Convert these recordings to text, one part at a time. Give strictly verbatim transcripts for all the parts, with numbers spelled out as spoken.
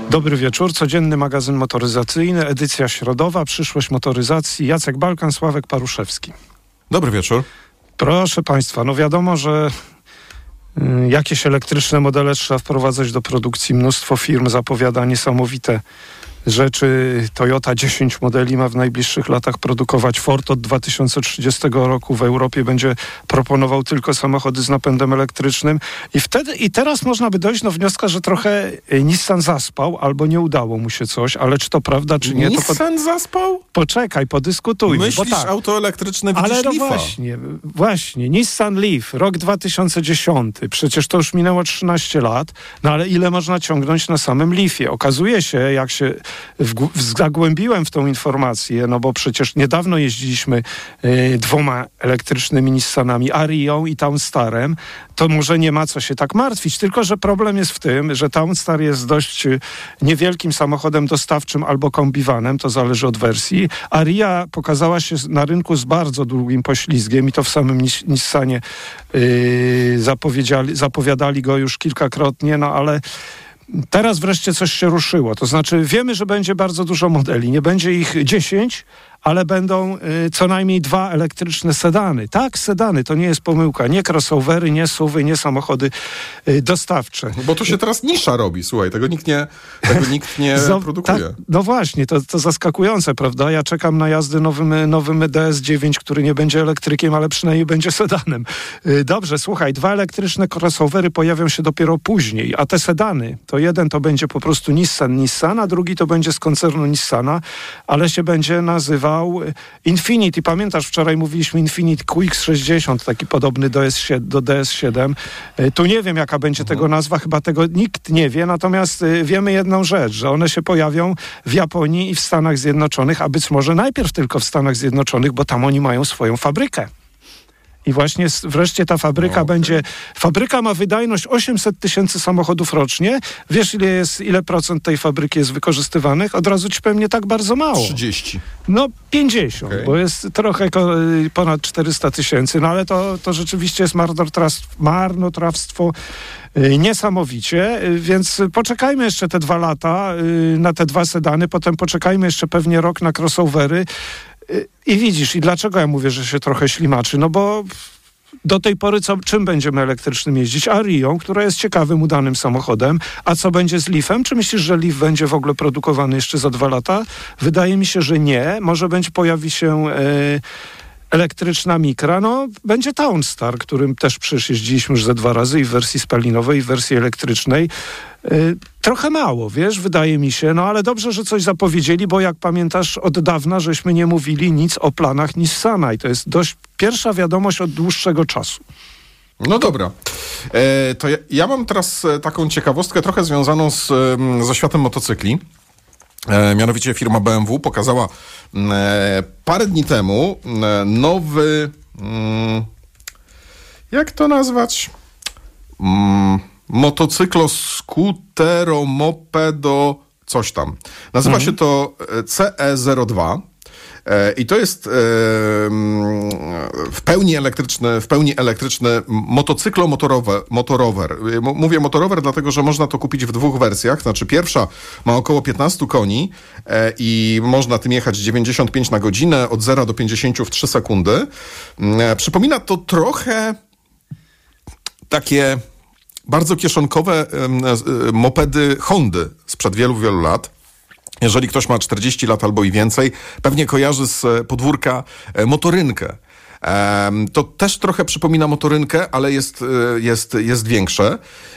Dobry wieczór, codzienny magazyn motoryzacyjny, edycja środowa, przyszłość motoryzacji. Jacek Balkan, Sławek Paruszewski. Dobry wieczór. Proszę Państwa, no wiadomo, że y, jakieś elektryczne modele trzeba wprowadzać do produkcji. Mnóstwo firm zapowiada niesamowite rzeczy. Toyota dziesięć modeli ma w najbliższych latach produkować. Ford od dwa tysiące trzydziestego roku w Europie będzie proponował tylko samochody z napędem elektrycznym. I wtedy, i teraz można by dojść do wniosku, że trochę Nissan zaspał, albo nie udało mu się coś, ale czy to prawda, czy nie? Nissan to pod... zaspał? Poczekaj, podyskutujmy. Myślisz, bo tak. auto elektryczne, widzisz Ale no Leafa. właśnie, właśnie, Nissan Leaf, rok dwa tysiące dziesiąty, przecież to już minęło trzynaście lat, no ale ile można ciągnąć na samym Leafie? Okazuje się, jak się w, w, zagłębiłem w tą informację, no bo przecież niedawno jeździliśmy y, dwoma elektrycznymi Nissanami, Arią i Townstarem, to może nie ma co się tak martwić, tylko że problem jest w tym, że Townstar jest dość y, niewielkim samochodem dostawczym albo kombivanem, to zależy od wersji. Aria pokazała się na rynku z bardzo długim poślizgiem i to w samym Nis- Nissanie yy, zapowiedzieli, zapowiadali go już kilkakrotnie, no ale teraz wreszcie coś się ruszyło. To znaczy wiemy, że będzie bardzo dużo modeli. Nie będzie ich dziesięć, ale będą y, co najmniej dwa elektryczne sedany. Tak, sedany, to nie jest pomyłka. Nie crossovery, nie suwy, nie samochody y, dostawcze. Bo tu się teraz nisza robi, słuchaj, tego nikt nie, tego nikt nie Zo- produkuje. Tak, no właśnie, to, to zaskakujące, prawda? Ja czekam na jazdę nowym, nowym D S dziewięć, który nie będzie elektrykiem, ale przynajmniej będzie sedanem. Y, dobrze, słuchaj, dwa elektryczne crossovery pojawią się dopiero później, a te sedany, to jeden to będzie po prostu Nissan Nissan, a drugi to będzie z koncernu Nissana, ale się będzie nazywał Infiniti. Pamiętasz, wczoraj mówiliśmy Infiniti Q X sześćdziesiąt, taki podobny do, S siedem, do D S siedem. Tu nie wiem, jaka będzie mhm. tego nazwa, chyba tego nikt nie wie, natomiast wiemy jedną rzecz, że one się pojawią w Japonii i w Stanach Zjednoczonych, a być może najpierw tylko w Stanach Zjednoczonych, bo tam oni mają swoją fabrykę. I właśnie wreszcie ta fabryka no, okay. będzie... Fabryka ma wydajność osiemset tysięcy samochodów rocznie. Wiesz, ile jest, ile procent tej fabryki jest wykorzystywanych? Od razu ci powiem, nie tak bardzo mało. trzydzieści. No pięćdziesiąt, okay. bo jest trochę ponad czterysta tysięcy, no ale to, to rzeczywiście jest marnotrawstwo, marnotrawstwo yy, niesamowicie, yy, więc poczekajmy jeszcze te dwa lata yy, na te dwa sedany, potem poczekajmy jeszcze pewnie rok na crossovery. I widzisz, i dlaczego ja mówię, że się trochę ślimaczy? No bo do tej pory co, czym będziemy elektrycznym jeździć? Arią, która jest ciekawym, udanym samochodem. A co będzie z Leafem? Czy myślisz, że Leaf będzie w ogóle produkowany jeszcze za dwa lata? Wydaje mi się, że nie. Może będzie pojawi się... Yy, elektryczna Micra, no będzie Townstar, którym też przecież jeździliśmy już ze dwa razy i w wersji spalinowej, i w wersji elektrycznej. Yy, trochę mało, wiesz, wydaje mi się, no ale dobrze, że coś zapowiedzieli, bo jak pamiętasz, od dawna żeśmy nie mówili nic o planach Nissana i to jest dość pierwsza wiadomość od dłuższego czasu. No dobra. E, to ja, ja mam teraz taką ciekawostkę trochę związaną z, ze światem motocykli. E, mianowicie firma B M W pokazała e, parę dni temu e, nowy, mm, jak to nazwać? Mm, motocyklo, skutero, mopedo, coś tam. Nazywa mm. się to C E zero dwa. I to jest e, w pełni elektryczny, w pełni elektryczny motocyklo motorowe, motorower. Mówię motorower, dlatego że można to kupić w dwóch wersjach. Znaczy pierwsza ma około piętnaście koni e, i można tym jechać dziewięćdziesiąt pięć na godzinę, od zera do pięćdziesięciu w trzy sekundy. E, przypomina to trochę takie bardzo kieszonkowe e, e, mopedy Hondy sprzed wielu, wielu lat. Jeżeli ktoś ma czterdzieści lat albo i więcej, pewnie kojarzy z podwórka motorynkę. To też trochę przypomina motorynkę, ale jest, jest, jest większe.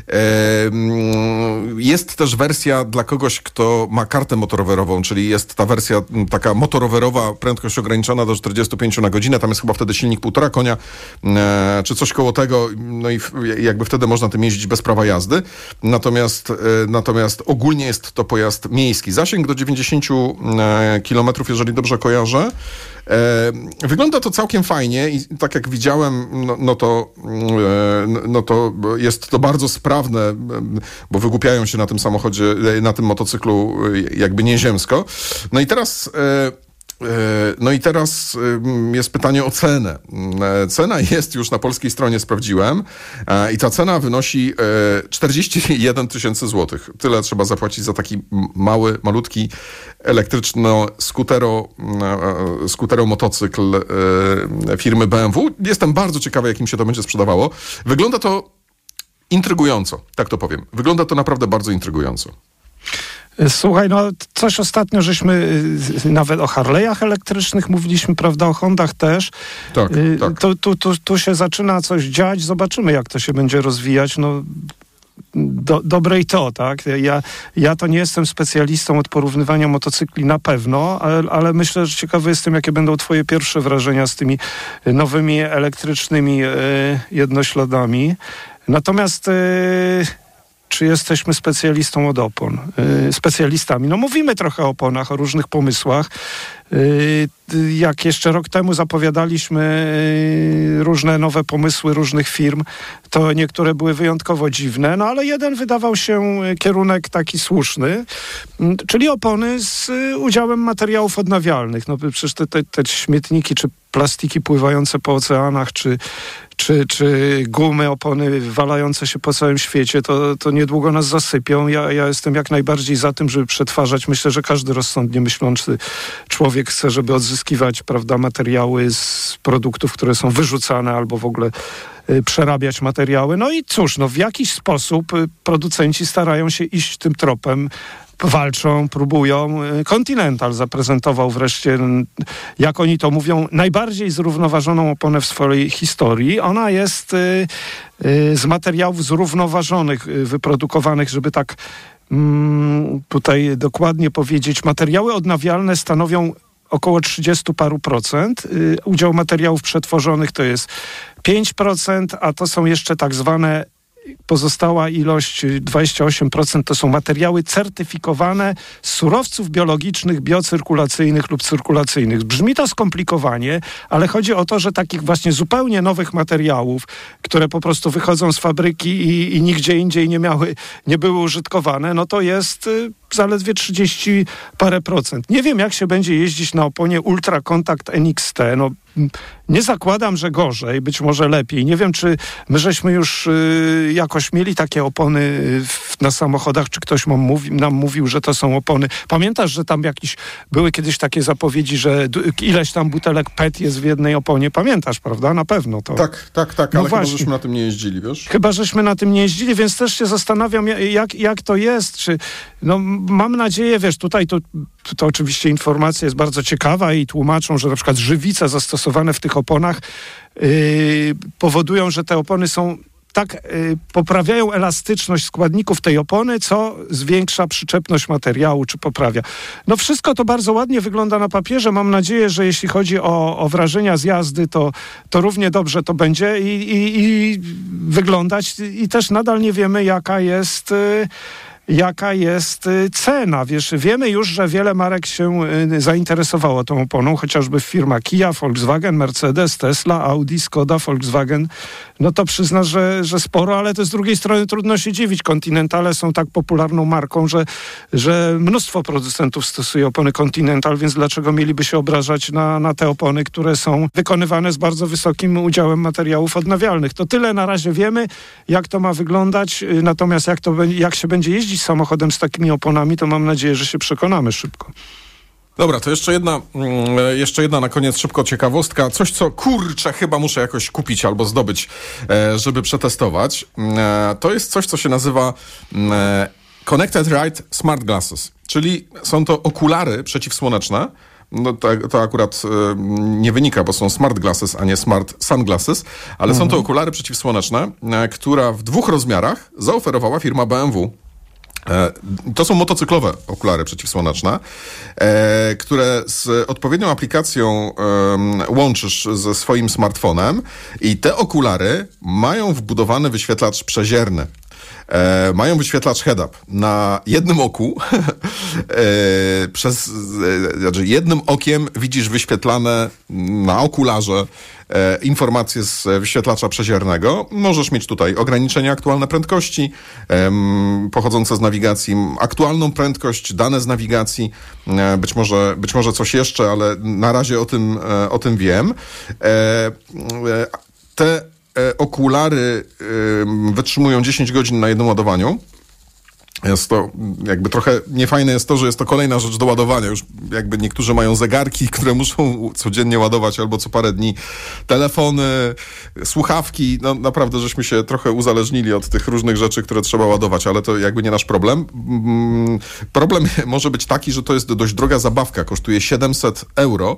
Jest też wersja dla kogoś, kto ma kartę motorowerową, czyli jest ta wersja taka motorowerowa, prędkość ograniczona do czterdziestu pięciu na godzinę, tam jest chyba wtedy silnik półtora konia, czy coś koło tego, no i jakby wtedy można tym jeździć bez prawa jazdy. Natomiast, natomiast ogólnie jest to pojazd miejski. Zasięg do dziewięćdziesięciu kilometrów, jeżeli dobrze kojarzę. Wygląda to całkiem fajnie i tak jak widziałem, no, no, to, no to jest to bardzo sprawne, bo wygłupiają się na tym samochodzie, na tym motocyklu jakby nieziemsko. No i teraz No i teraz jest pytanie o cenę. Cena jest już na polskiej stronie, sprawdziłem, i ta cena wynosi czterdzieści jeden tysięcy złotych. Tyle trzeba zapłacić za taki mały, malutki elektryczno-skutero skutero motocykl firmy B M W. Jestem bardzo ciekawy, jak im się to będzie sprzedawało. Wygląda to intrygująco, tak to powiem. Wygląda to naprawdę bardzo intrygująco. Słuchaj, no coś ostatnio żeśmy nawet o Harley'ach elektrycznych mówiliśmy, prawda, o Hondach też. Tak, tak. Tu, tu, tu, tu się zaczyna coś dziać, zobaczymy, jak to się będzie rozwijać. No, do, dobre i to, tak? Ja, ja to nie jestem specjalistą od porównywania motocykli na pewno, ale, ale myślę, że ciekawy jestem, jakie będą twoje pierwsze wrażenia z tymi nowymi elektrycznymi e, jednośladami. Natomiast e, czy jesteśmy specjalistą od opon? Yy, specjalistami. No mówimy trochę o oponach, o różnych pomysłach. Yy, jak jeszcze rok temu zapowiadaliśmy yy, różne nowe pomysły różnych firm, to niektóre były wyjątkowo dziwne, no ale jeden wydawał się kierunek taki słuszny, yy, czyli opony z yy, udziałem materiałów odnawialnych. No przecież te, te, te śmietniki czy plastiki pływające po oceanach, czy Czy, czy gumy, opony walające się po całym świecie, to, to niedługo nas zasypią. Ja, ja jestem jak najbardziej za tym, żeby przetwarzać. Myślę, że każdy rozsądnie myślący człowiek chce, żeby odzyskiwać, prawda, materiały z produktów, które są wyrzucane, albo w ogóle y, przerabiać materiały. No i cóż, no w jakiś sposób y, producenci starają się iść tym tropem. Walczą, próbują. Continental zaprezentował wreszcie, jak oni to mówią, najbardziej zrównoważoną oponę w swojej historii. Ona jest y, y, z materiałów zrównoważonych, y, wyprodukowanych, żeby tak mm, tutaj dokładnie powiedzieć. Materiały odnawialne stanowią około trzydzieści paru procent. Y, udział materiałów przetworzonych to jest pięć procent, a to są jeszcze tak zwane pozostała ilość, dwadzieścia osiem procent, to są materiały certyfikowane z surowców biologicznych, biocyrkulacyjnych lub cyrkulacyjnych. Brzmi to skomplikowanie, ale chodzi o to, że takich właśnie zupełnie nowych materiałów, które po prostu wychodzą z fabryki i, i nigdzie indziej nie miały, nie były użytkowane, no to jest y, zaledwie trzydzieści parę procent. Nie wiem, jak się będzie jeździć na oponie Ultra Contact N X T. No, nie zakładam, że gorzej, być może lepiej. Nie wiem, czy my żeśmy już y, jakoś mieli takie opony w, na samochodach, czy ktoś nam, mówi, nam mówił, że to są opony. Pamiętasz, że tam jakieś były kiedyś takie zapowiedzi, że d- ileś tam butelek P E T jest w jednej oponie. Pamiętasz, prawda? Na pewno to. Tak, tak, tak, no ale właśnie. chyba żeśmy na tym nie jeździli, wiesz? Chyba żeśmy na tym nie jeździli, więc też się zastanawiam, jak, jak to jest. Czy, no, mam nadzieję, wiesz, tutaj to, to oczywiście informacja jest bardzo ciekawa i tłumaczą, że na przykład żywice zastosowane w tych oponach yy, powodują, że te opony są tak, yy, poprawiają elastyczność składników tej opony, co zwiększa przyczepność materiału, czy poprawia. No wszystko to bardzo ładnie wygląda na papierze. Mam nadzieję, że jeśli chodzi o, o wrażenia z jazdy, to, to równie dobrze to będzie i, i, i wyglądać. I też nadal nie wiemy, jaka jest... Yy, jaka jest y, cena. Wiesz, wiemy już, że wiele marek się y, zainteresowało tą oponą, chociażby firma Kia, Volkswagen, Mercedes, Tesla, Audi, Skoda, Volkswagen. No to przyznasz, że, że sporo, ale to z drugiej strony trudno się dziwić. Continentale są tak popularną marką, że, że mnóstwo producentów stosuje opony Continental, więc dlaczego mieliby się obrażać na, na te opony, które są wykonywane z bardzo wysokim udziałem materiałów odnawialnych. To tyle na razie wiemy, jak to ma wyglądać, natomiast jak, to, jak się będzie jeździć samochodem z takimi oponami, to mam nadzieję, że się przekonamy szybko. Dobra, to jeszcze jedna, jeszcze jedna na koniec szybko ciekawostka. Coś, co kurczę, chyba muszę jakoś kupić albo zdobyć, żeby przetestować. To jest coś, co się nazywa Connected Ride Smart Glasses, czyli są to okulary przeciwsłoneczne. No to, to akurat y, nie wynika, bo są smart glasses, a nie smart sunglasses, ale mhm. są to okulary przeciwsłoneczne, y, która w dwóch rozmiarach zaoferowała firma B M W. To są motocyklowe okulary przeciwsłoneczne, e, które z odpowiednią aplikacją e, łączysz ze swoim smartfonem i te okulary mają wbudowany wyświetlacz przezierny. e, mają wyświetlacz head-up na jednym oku. e, przez, e, znaczy jednym okiem widzisz wyświetlane na okularze e, informacje z wyświetlacza przeziernego. Możesz mieć tutaj ograniczenia aktualne prędkości e, pochodzące z nawigacji, aktualną prędkość, dane z nawigacji, e, być może, być może coś jeszcze, ale na razie o tym, e, o tym wiem. E, e, te e, okulary e, wytrzymują dziesięć godzin na jednym ładowaniu. Jest to jakby trochę niefajne jest to, że jest to kolejna rzecz do ładowania. Już jakby niektórzy mają zegarki, które muszą codziennie ładować albo co parę dni. Telefony, słuchawki. No naprawdę żeśmy się trochę uzależnili od tych różnych rzeczy, które trzeba ładować, ale to jakby nie nasz problem. Problem może być taki, że to jest dość droga zabawka. Kosztuje siedemset euro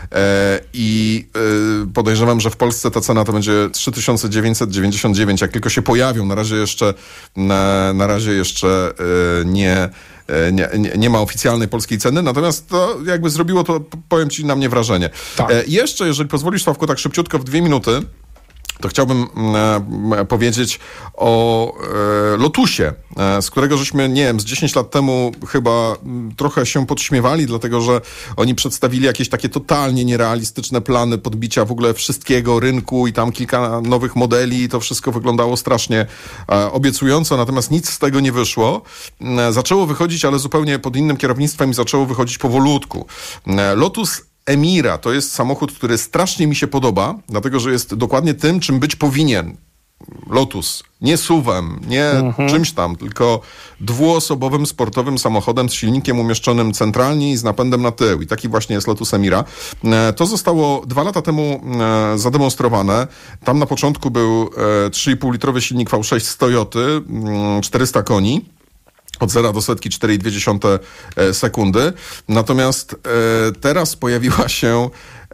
i podejrzewam, że w Polsce ta cena to będzie trzy tysiące dziewięćset dziewięćdziesiąt dziewięć. Jak tylko się pojawią, na razie jeszcze na, na razie jeszcze nie, nie, nie ma oficjalnej polskiej ceny, natomiast to jakby zrobiło to, powiem ci, na mnie wrażenie. Tak. E, jeszcze, jeżeli pozwolisz, Sławku, tak szybciutko w dwie minuty, to chciałbym e, powiedzieć o e, Lotusie, e, z którego żeśmy, nie wiem, z dziesięć lat temu chyba m, trochę się podśmiewali, dlatego że oni przedstawili jakieś takie totalnie nierealistyczne plany podbicia w ogóle wszystkiego, rynku i tam kilka nowych modeli i to wszystko wyglądało strasznie e, obiecująco, natomiast nic z tego nie wyszło. E, zaczęło wychodzić, ale zupełnie pod innym kierownictwem i zaczęło wychodzić powolutku. E, Lotus Emira to jest samochód, który strasznie mi się podoba, dlatego że jest dokładnie tym, czym być powinien. Lotus. Nie suwem, nie mhm. czymś tam, tylko dwuosobowym sportowym samochodem z silnikiem umieszczonym centralnie i z napędem na tył. I taki właśnie jest Lotus Emira. To zostało dwa lata temu zademonstrowane. Tam na początku był trzy i pół litrowy silnik V sześć z Toyoty, czterysta koni. Od zera do setki cztery przecinek dwie sekundy. Natomiast e, teraz pojawiła się e,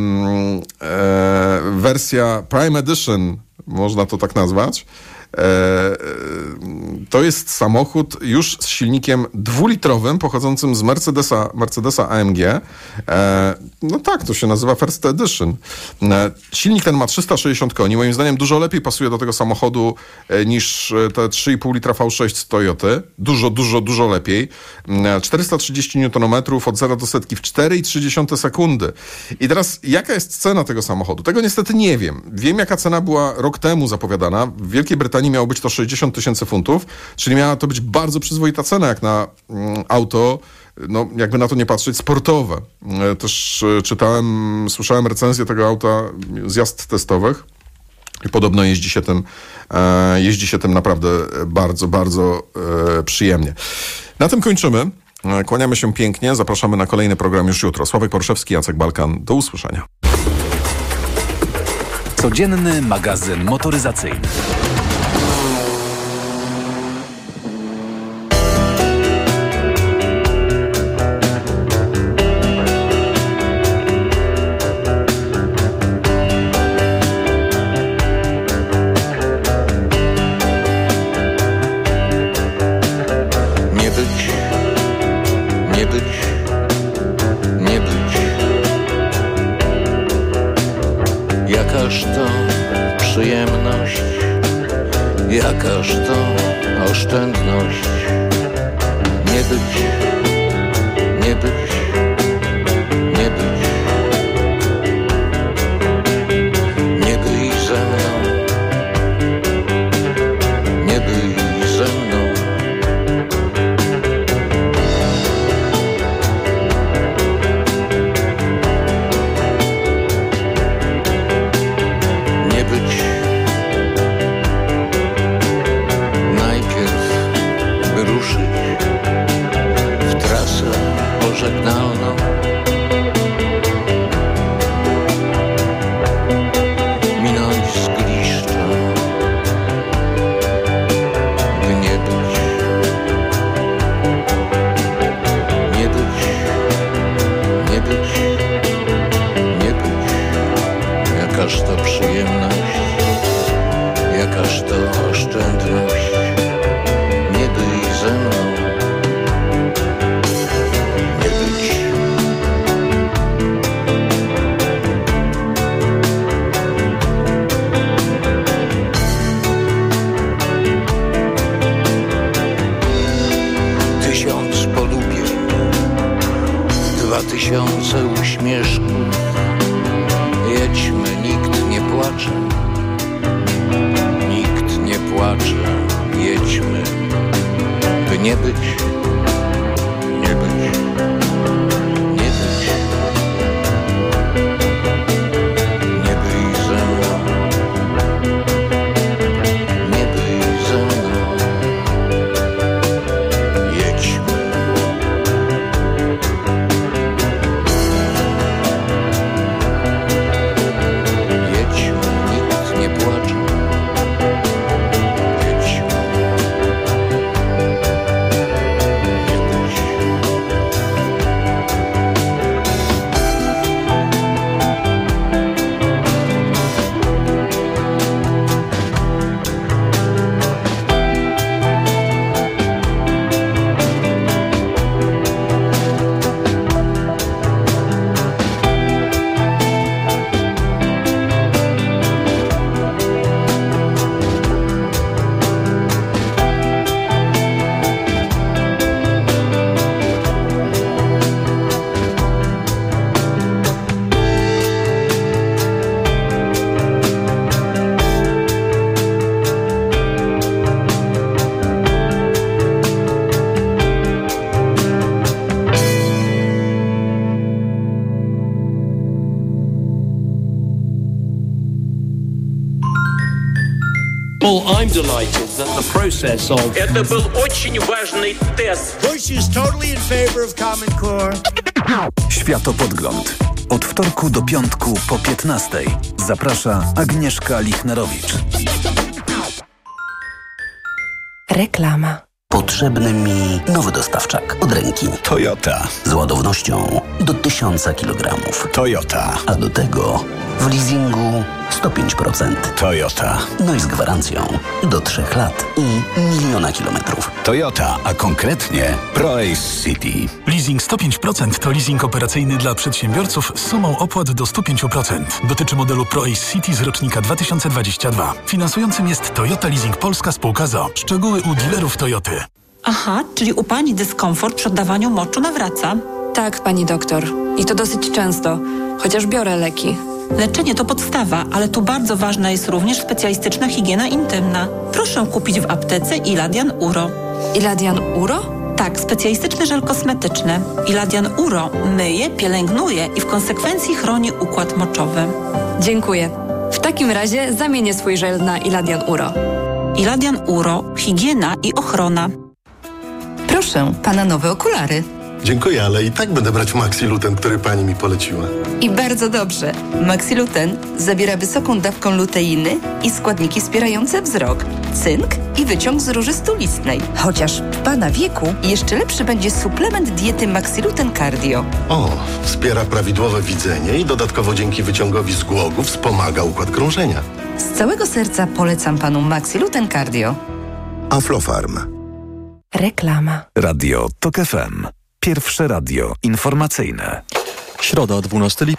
e, wersja Prime Edition, można to tak nazwać. E, to jest samochód już z silnikiem dwulitrowym pochodzącym z Mercedesa, Mercedesa A M G. E, no tak, to się nazywa First Edition. E, silnik ten ma trzysta sześćdziesiąt koni. Moim zdaniem dużo lepiej pasuje do tego samochodu e, niż te trzy i pół litra V sześć z Toyoty. Dużo, dużo, dużo lepiej. E, czterysta trzydzieści niutonometrów od zera do setki w cztery przecinek trzy sekundy. I teraz jaka jest cena tego samochodu? Tego niestety nie wiem. Wiem, jaka cena była rok temu zapowiadana. W Wielkiej Brytanii miało być to sześćdziesiąt tysięcy funtów, czyli miała to być bardzo przyzwoita cena, jak na mm, auto, no jakby na to nie patrzeć, sportowe. E, też e, czytałem, słyszałem recenzję tego auta z jazd testowych i podobno jeździ się tym, e, jeździ się tym naprawdę bardzo, bardzo e, przyjemnie. Na tym kończymy. E, kłaniamy się pięknie, zapraszamy na kolejny program już jutro. Sławek Porszewski, Jacek Balkan. Do usłyszenia. Codzienny magazyn motoryzacyjny. Jakaż to oszczędność. Nie być, nie być, nie być. Nie byj ze mną, nie byj ze mną. Nie być. tysiące uśmieszków. Jedźmy, nikt nie płacze, nikt nie płacze. Jedźmy, by nie być, nie być, nie być, nie byj ze mną, nie byj ze mną. Jedźmy. Jedźmy, nikt nie płacze. Jedźmy. Nie być. Well, I'm delighted that the process of... Это был очень важный тест. Bush is totally in favor of Common Core. Światopodgląd. Od wtorku do piątku po piętnastej. Zaprasza Agnieszka Lichnerowicz. Reklama. Potrzebny mi nowy dostawczak od ręki. Toyota. Z ładownością do tysiąca kilogramów. Toyota. A do tego w leasingu sto pięć procent. Toyota. No i z gwarancją do trzech lat i miliona kilometrów. Toyota, a konkretnie ProAce City. Leasing sto pięć procent to leasing operacyjny dla przedsiębiorców z sumą opłat do sto pięć procent. Dotyczy modelu ProAce City z rocznika dwa tysiące dwudziestego drugiego. Finansującym jest Toyota Leasing Polska Spółka z o o. Szczegóły u dealerów Toyoty. Aha, czyli u pani dyskomfort przy oddawaniu moczu nawraca? Tak, pani doktor. I to dosyć często, chociaż biorę leki. Leczenie to podstawa, ale tu bardzo ważna jest również specjalistyczna higiena intymna. Proszę kupić w aptece Iladian Uro. Iladian Uro? Tak, specjalistyczny żel kosmetyczny. Iladian Uro myje, pielęgnuje i w konsekwencji chroni układ moczowy. Dziękuję. W takim razie zamienię swój żel na Iladian Uro. Iladian Uro, higiena i ochrona. Proszę, pana nowe okulary. Dziękuję, ale i tak będę brać Maxiluten, który pani mi poleciła. I bardzo dobrze. Maxiluten zawiera wysoką dawką luteiny i składniki wspierające wzrok, cynk i wyciąg z róży stulistnej. Chociaż w pana wieku jeszcze lepszy będzie suplement diety Maxiluten Cardio. O, wspiera prawidłowe widzenie i dodatkowo dzięki wyciągowi z głogu wspomaga układ krążenia. Z całego serca polecam panu Maxiluten Cardio. Aflofarm. Reklama. Radio Tok F M. Pierwsze radio informacyjne. Środa, dwunastego